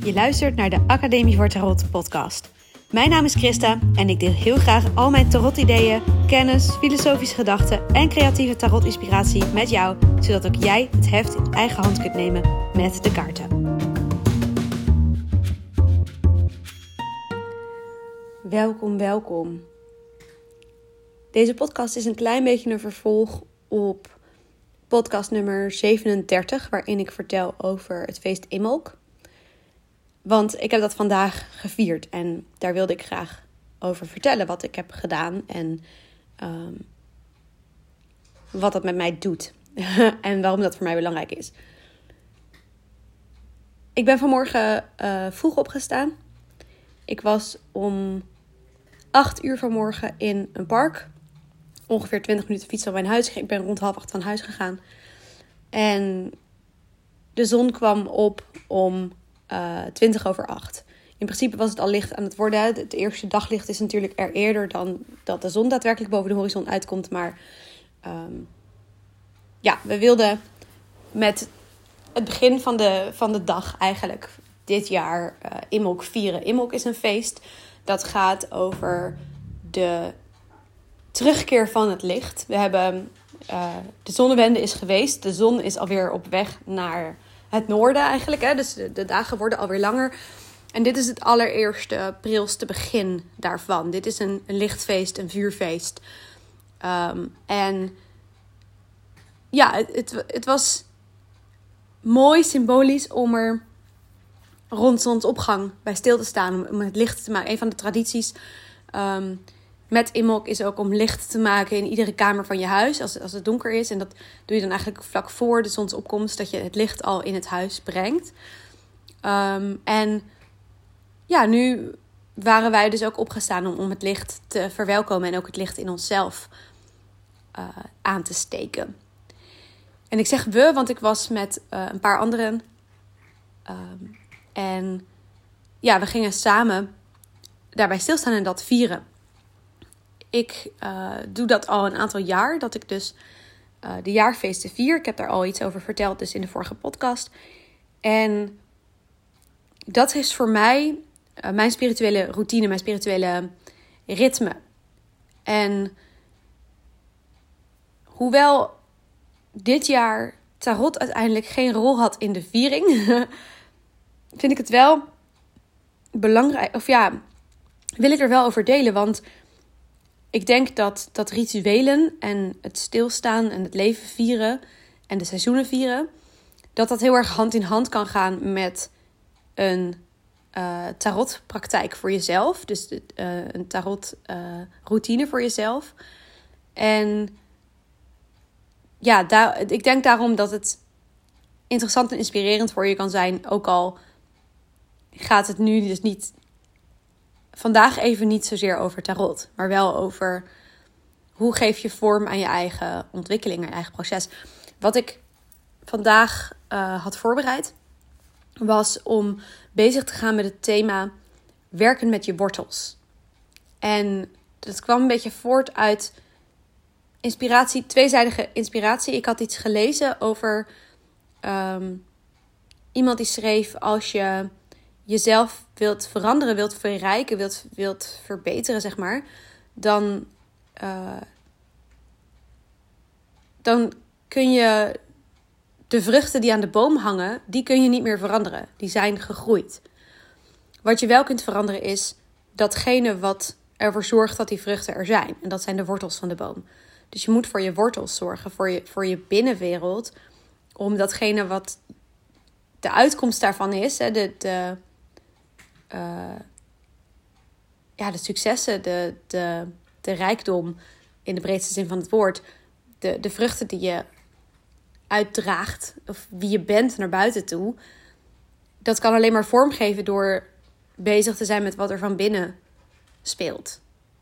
Je luistert naar de Academie voor Tarot podcast. Mijn naam is Christa en ik deel heel graag al mijn tarot-ideeën, kennis, filosofische gedachten en creatieve tarot-inspiratie met jou, zodat ook jij het heft in eigen hand kunt nemen met de kaarten. Welkom. Deze podcast is een klein beetje een vervolg op podcast nummer 37, waarin ik vertel over het feest Imbolc. Want ik heb dat vandaag gevierd en daar wilde ik graag over vertellen wat ik heb gedaan en wat dat met mij doet en waarom dat voor mij belangrijk is. Ik ben vanmorgen vroeg opgestaan. Ik was om 8 uur vanmorgen in een park. Ongeveer 20 minuten fietsen van mijn huis. Ik ben rond 7:30 van huis gegaan. En de zon kwam op om 7:20. In principe was het al licht aan het worden. Het eerste daglicht is natuurlijk er eerder dan dat de zon daadwerkelijk boven de horizon uitkomt. Maar we wilden met het begin van de dag eigenlijk dit jaar Imbolc vieren. Imbolc is een feest dat gaat over de terugkeer van het licht. We hebben de zonnewende is geweest. De zon is alweer op weg naar het noorden eigenlijk. Hè? Dus de dagen worden alweer langer. En dit is het allereerste prilste begin daarvan. Dit is een lichtfeest, een vuurfeest. Het was mooi symbolisch om er rond zonsopgang bij stil te staan. Om het licht te maken. Een van de tradities met Imbolc is ook om licht te maken in iedere kamer van je huis. Als het donker is. En dat doe je dan eigenlijk vlak voor de zonsopkomst. Dat je het licht al in het huis brengt. Nu waren wij dus ook opgestaan om het licht te verwelkomen. En ook het licht in onszelf aan te steken. En ik zeg we, want ik was met een paar anderen. We gingen samen daarbij stilstaan en dat vieren. Ik doe dat al een aantal jaar, dat ik dus de jaarfeesten vier. Ik heb daar al iets over verteld, dus in de vorige podcast. En dat is voor mij mijn spirituele routine, mijn spirituele ritme. En hoewel dit jaar tarot uiteindelijk geen rol had in de viering, vind ik het wel belangrijk, wil ik er wel over delen, want ik denk dat rituelen en het stilstaan en het leven vieren en de seizoenen vieren, dat heel erg hand in hand kan gaan met een tarotpraktijk voor jezelf. Dus een tarotroutine voor jezelf. En ik denk daarom dat het interessant en inspirerend voor je kan zijn. Ook al gaat het nu dus niet vandaag even niet zozeer over tarot, maar wel over hoe geef je vorm aan je eigen ontwikkeling, aan je eigen proces. Wat ik vandaag had voorbereid was om bezig te gaan met het thema werken met je wortels. En dat kwam een beetje voort uit inspiratie, tweezijdige inspiratie. Ik had iets gelezen over iemand die schreef: als je jezelf wilt veranderen, wilt verrijken, wilt verbeteren, zeg maar, dan kun je de vruchten die aan de boom hangen, die kun je niet meer veranderen. Die zijn gegroeid. Wat je wel kunt veranderen is datgene wat ervoor zorgt dat die vruchten er zijn. En dat zijn de wortels van de boom. Dus je moet voor je wortels zorgen, voor je binnenwereld, om datgene wat de uitkomst daarvan is, hè, de successen, de rijkdom in de breedste zin van het woord, de vruchten die je uitdraagt, of wie je bent naar buiten toe, dat kan alleen maar vormgeven door bezig te zijn met wat er van binnen speelt.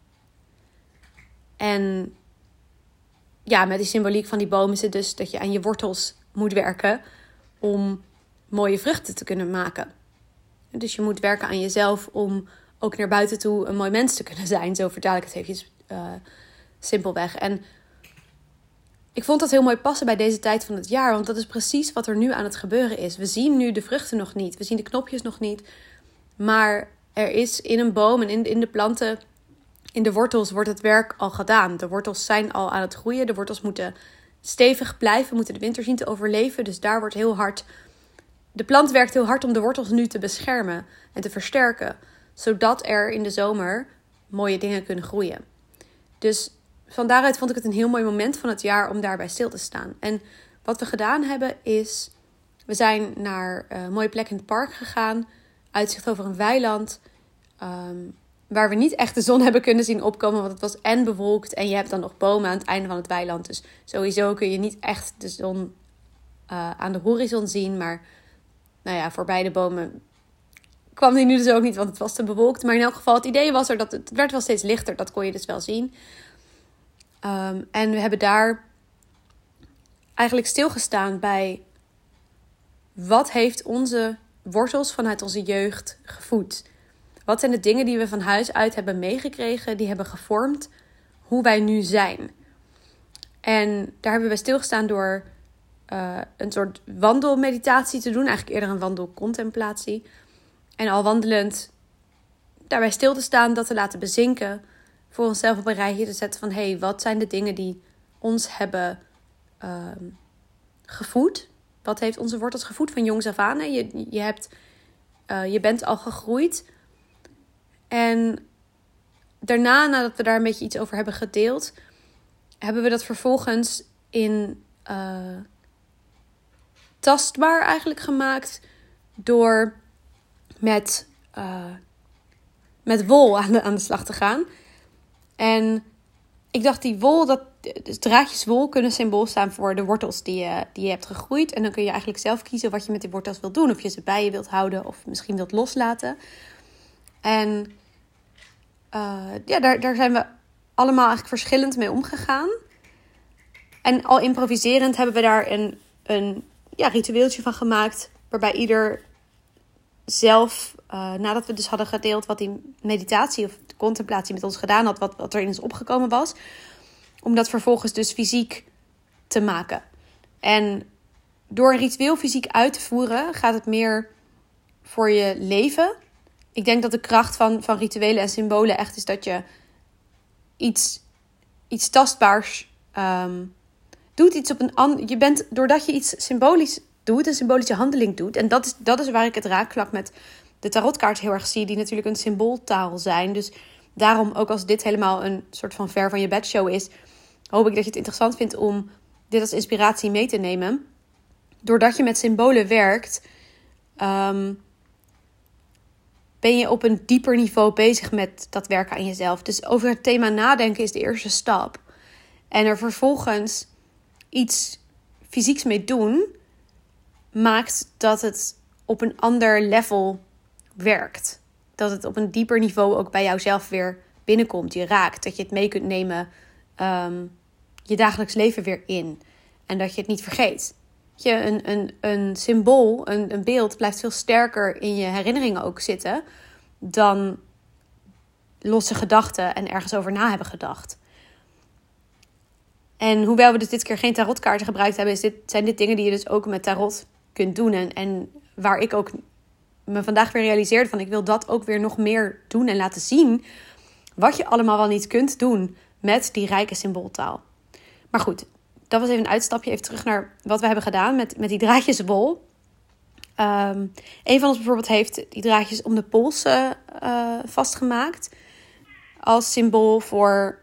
En met die symboliek van die boom is het dus dat je aan je wortels moet werken om mooie vruchten te kunnen maken. Dus je moet werken aan jezelf om ook naar buiten toe een mooi mens te kunnen zijn. Zo vertaal ik het eventjes simpelweg. En ik vond dat heel mooi passen bij deze tijd van het jaar. Want dat is precies wat er nu aan het gebeuren is. We zien nu de vruchten nog niet. We zien de knopjes nog niet. Maar er is in een boom en in de planten, in de wortels wordt het werk al gedaan. De wortels zijn al aan het groeien. De wortels moeten stevig blijven, moeten de winter zien te overleven. Dus daar wordt heel hard... De plant werkt heel hard om de wortels nu te beschermen en te versterken. Zodat er in de zomer mooie dingen kunnen groeien. Dus van daaruit vond ik het een heel mooi moment van het jaar om daarbij stil te staan. En wat we gedaan hebben is... We zijn naar een mooie plek in het park gegaan. Uitzicht over een weiland. Waar we niet echt de zon hebben kunnen zien opkomen. Want het was en bewolkt. En je hebt dan nog bomen aan het einde van het weiland. Dus sowieso kun je niet echt de zon aan de horizon zien. Maar nou ja, voorbij de bomen kwam die nu dus ook niet. Want het was te bewolkt. Maar in elk geval, het idee was er dat het werd wel steeds lichter. Dat kon je dus wel zien. En we hebben daar eigenlijk stilgestaan bij... Wat heeft onze wortels vanuit onze jeugd gevoed? Wat zijn de dingen die we van huis uit hebben meegekregen, die hebben gevormd hoe wij nu zijn? En daar hebben we stilgestaan door een soort wandelmeditatie te doen. Eigenlijk eerder een wandelcontemplatie. En al wandelend daarbij stil te staan, dat te laten bezinken. Voor onszelf op een rijtje te zetten van... Hey, wat zijn de dingen die ons hebben gevoed? Wat heeft onze wortels gevoed van jongs af aan? Je bent al gegroeid. En daarna, nadat we daar een beetje iets over hebben gedeeld... hebben we dat vervolgens in tastbaar eigenlijk gemaakt... door met wol aan de slag te gaan. En ik dacht, die wol, dus draadjes wol kunnen symbool staan voor de wortels die je hebt gegroeid. En dan kun je eigenlijk zelf kiezen wat je met die wortels wilt doen. Of je ze bij je wilt houden of misschien wilt loslaten. En daar zijn we allemaal eigenlijk verschillend mee omgegaan. En al improviserend hebben we daar een ritueeltje van gemaakt. Waarbij ieder zelf, nadat we dus hadden gedeeld wat die meditatie of de contemplatie met ons gedaan had. Wat er in ons opgekomen was. Om dat vervolgens dus fysiek te maken. En door een ritueel fysiek uit te voeren gaat het meer voor je leven. Ik denk dat de kracht van rituelen en symbolen echt is dat je iets tastbaars doet. Iets op doordat je iets symbolisch doet, een symbolische handeling doet. En dat is waar ik het raakvlak met de tarotkaart heel erg zie. Die natuurlijk een symbooltaal zijn. Dus daarom, ook als dit helemaal een soort van ver van je bedshow is, hoop ik dat je het interessant vindt om dit als inspiratie mee te nemen. Doordat je met symbolen werkt, ben je op een dieper niveau bezig met dat werken aan jezelf. Dus over het thema nadenken is de eerste stap. En er vervolgens iets fysieks mee doen, maakt dat het op een ander level werkt. Dat het op een dieper niveau ook bij jouzelf weer binnenkomt. Je raakt, dat je het mee kunt nemen je dagelijks leven weer in. En dat je het niet vergeet. Een symbool, een beeld blijft veel sterker in je herinneringen ook zitten dan losse gedachten en ergens over na hebben gedacht. En hoewel we dus dit keer geen tarotkaarten gebruikt hebben, zijn dit dingen die je dus ook met tarot kunt doen. En waar ik ook me vandaag weer realiseerde van, ik wil dat ook weer nog meer doen en laten zien wat je allemaal wel niet kunt doen met die rijke symbooltaal. Maar goed, dat was even een uitstapje. Even terug naar wat we hebben gedaan met die draadjes wol. Een van ons bijvoorbeeld heeft die draadjes om de polsen vastgemaakt. Als symbool voor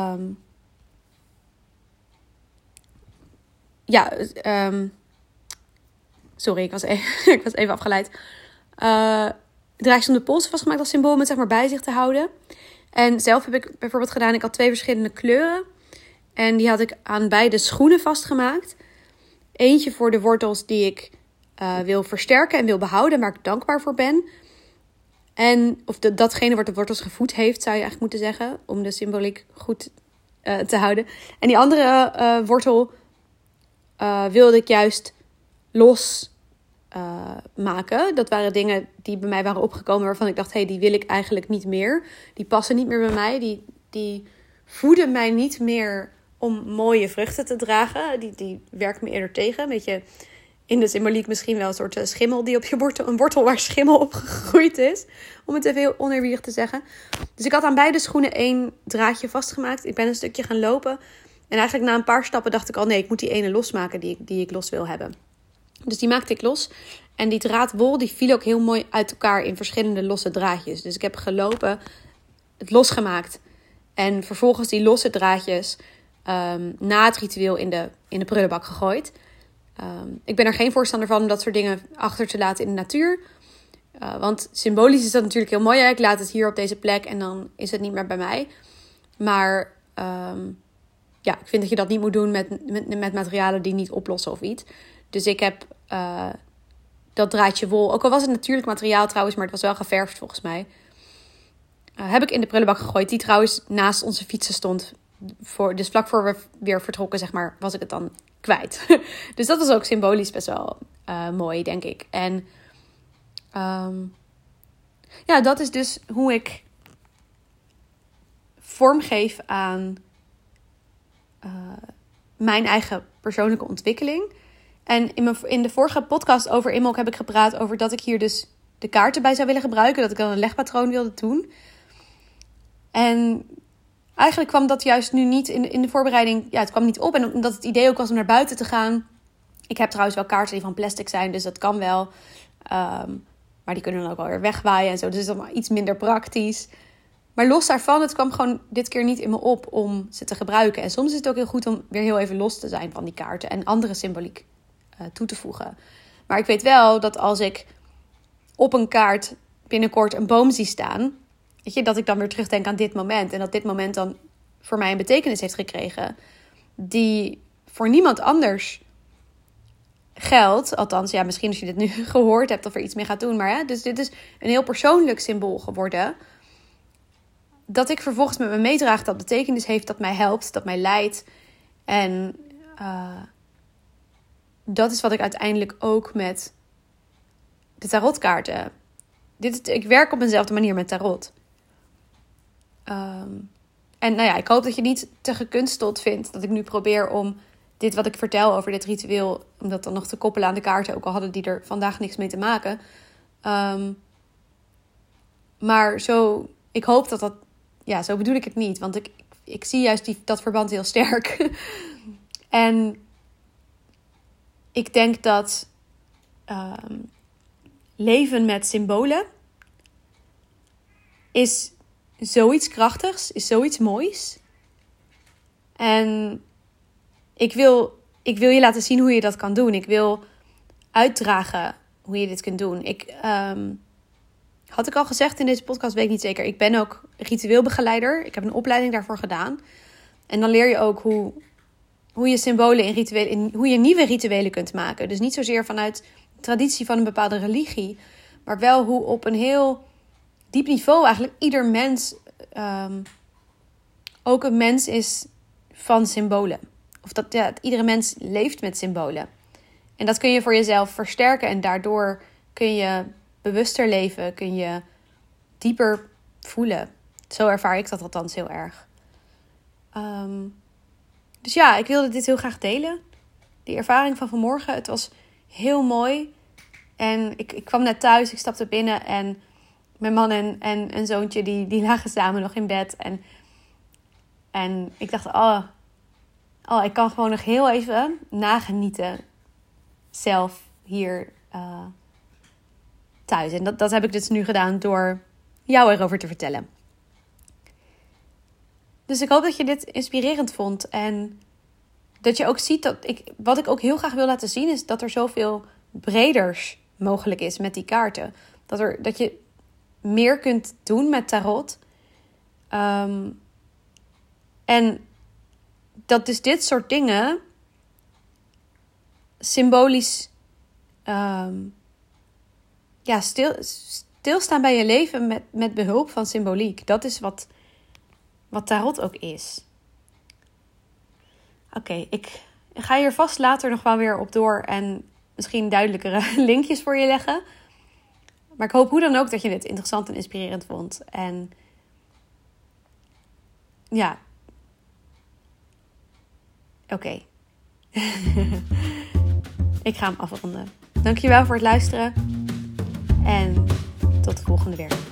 sorry, ik was even afgeleid. Draadjes om de polsen vastgemaakt als symbool om het zeg maar bij zich te houden. En zelf heb ik bijvoorbeeld gedaan, ik had 2 verschillende kleuren. En die had ik aan beide schoenen vastgemaakt. Eentje voor de wortels die ik wil versterken en wil behouden, waar ik dankbaar voor ben. Datgene wat de wortels gevoed heeft, zou je eigenlijk moeten zeggen, om de symboliek goed te houden. En die andere wortel wilde ik juist los maken. Dat waren dingen die bij mij waren opgekomen waarvan ik dacht, die wil ik eigenlijk niet meer. Die passen niet meer bij mij. Die voeden mij niet meer om mooie vruchten te dragen. Die werkt me eerder tegen. Een beetje in de symboliek misschien wel een soort schimmel die op je wortel, een wortel waar schimmel op gegroeid is. Om het even heel oneerbiedig te zeggen. Dus ik had aan beide schoenen 1 draadje vastgemaakt. Ik ben een stukje gaan lopen. En eigenlijk na een paar stappen dacht ik al, nee, ik moet die ene losmaken die ik los wil hebben. Dus die maakte ik los. En die draad wol die viel ook heel mooi uit elkaar in verschillende losse draadjes. Dus ik heb gelopen, het losgemaakt. En vervolgens die losse draadjes na het ritueel in de prullenbak gegooid. Ik ben er geen voorstander van om dat soort dingen achter te laten in de natuur. Want symbolisch is dat natuurlijk heel mooi. Hè? Ik laat het hier op deze plek en dan is het niet meer bij mij. Maar ik vind dat je dat niet moet doen met materialen die niet oplossen of iets. Dus ik heb dat draadje wol, ook al was het natuurlijk materiaal trouwens, maar het was wel geverfd volgens mij. Heb ik in de prullenbak gegooid, die trouwens naast onze fietsen stond. Dus vlak voor we weer vertrokken, zeg maar, was ik het dan kwijt. Dus dat was ook symbolisch best wel mooi, denk ik. En dat is dus hoe ik vormgeef aan mijn eigen persoonlijke ontwikkeling. En in de vorige podcast over Imbolc heb ik gepraat over dat ik hier dus de kaarten bij zou willen gebruiken. Dat ik dan een legpatroon wilde doen. En eigenlijk kwam dat juist nu niet in de voorbereiding. Ja, het kwam niet op. En omdat het idee ook was om naar buiten te gaan. Ik heb trouwens wel kaarten die van plastic zijn, dus dat kan wel. Maar die kunnen dan ook wel weer wegwaaien en zo. Dus het is allemaal iets minder praktisch. Maar los daarvan, het kwam gewoon dit keer niet in me op om ze te gebruiken. En soms is het ook heel goed om weer heel even los te zijn van die kaarten. En andere symboliek toe te voegen. Maar ik weet wel dat als ik op een kaart binnenkort een boom zie staan, weet je, dat ik dan weer terugdenk aan dit moment. En dat dit moment dan voor mij een betekenis heeft gekregen die voor niemand anders geldt. Althans, ja, misschien als je dit nu gehoord hebt of er iets mee gaat doen. Maar dus dit is een heel persoonlijk symbool geworden. Dat ik vervolgens met me meedraag dat betekenis heeft, dat mij helpt, dat mij leidt. En dat is wat ik uiteindelijk ook met de tarotkaarten. Ik werk op eenzelfde manier met tarot. En ik hoop dat je niet te gekunsteld vindt dat ik nu probeer om dit wat ik vertel over dit ritueel, om dat dan nog te koppelen aan de kaarten, ook al hadden die er vandaag niks mee te maken. Maar ik hoop dat zo bedoel ik het niet. Want ik zie juist dat verband heel sterk. En ik denk dat leven met symbolen is zoiets krachtigs, is zoiets moois. En ik wil je laten zien hoe je dat kan doen. Ik wil uitdragen hoe je dit kunt doen. Had ik al gezegd in deze podcast, weet ik niet zeker. Ik ben ook ritueelbegeleider. Ik heb een opleiding daarvoor gedaan. En dan leer je ook hoe je symbolen in rituelen, hoe je nieuwe rituelen kunt maken. Dus niet zozeer vanuit de traditie van een bepaalde religie, maar wel hoe op een heel diep niveau eigenlijk ieder mens ook een mens is van symbolen. Of dat iedere mens leeft met symbolen. En dat kun je voor jezelf versterken en daardoor kun je bewuster leven, kun je dieper voelen. Zo ervaar ik dat althans heel erg. Dus ja, ik wilde dit heel graag delen. Die ervaring van vanmorgen, het was heel mooi. En ik kwam net thuis, ik stapte binnen en mijn man en zoontje die lagen samen nog in bed. En ik dacht, ik kan gewoon nog heel even nagenieten zelf hier thuis. En dat heb ik dus nu gedaan door jou erover te vertellen. Dus ik hoop dat je dit inspirerend vond. En dat je ook ziet wat ik ook heel graag wil laten zien, is dat er zoveel breders mogelijk is met die kaarten. Dat je meer kunt doen met tarot. En dat dus dit soort dingen symbolisch stilstaan bij je leven met behulp van symboliek. Dat is wat tarot ook is. Oké, ik ga hier vast later nog wel weer op door en misschien duidelijkere linkjes voor je leggen. Maar ik hoop hoe dan ook dat je dit interessant en inspirerend vond. En ja, Oké. Ik ga hem afronden. Dankjewel voor het luisteren. En tot de volgende weer.